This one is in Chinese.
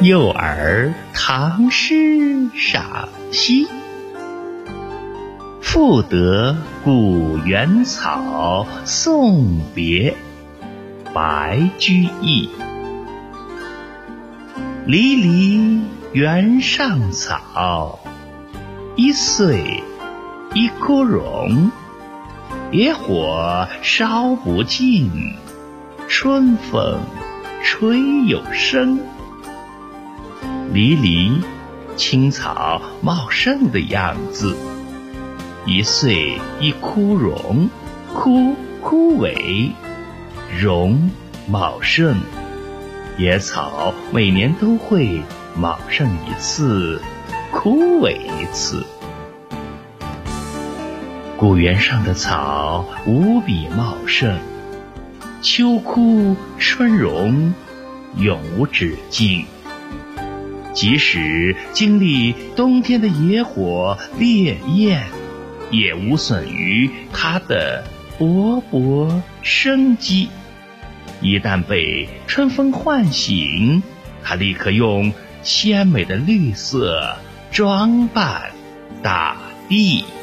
幼儿唐诗赏析。赋得古原草送别，白居易。离离原上草，一岁一枯荣。野火烧不尽，春风吹又生。离离，青草茂盛的样子。一岁一枯荣，枯萎，荣茂盛。野草每年都会茂盛一次，枯萎一次。古原上的草无比茂盛，秋枯春荣，永无止境。即使经历冬天的野火烈焰，也无损于它的勃勃生机。一旦被春风唤醒，它立刻用鲜美的绿色装扮大地。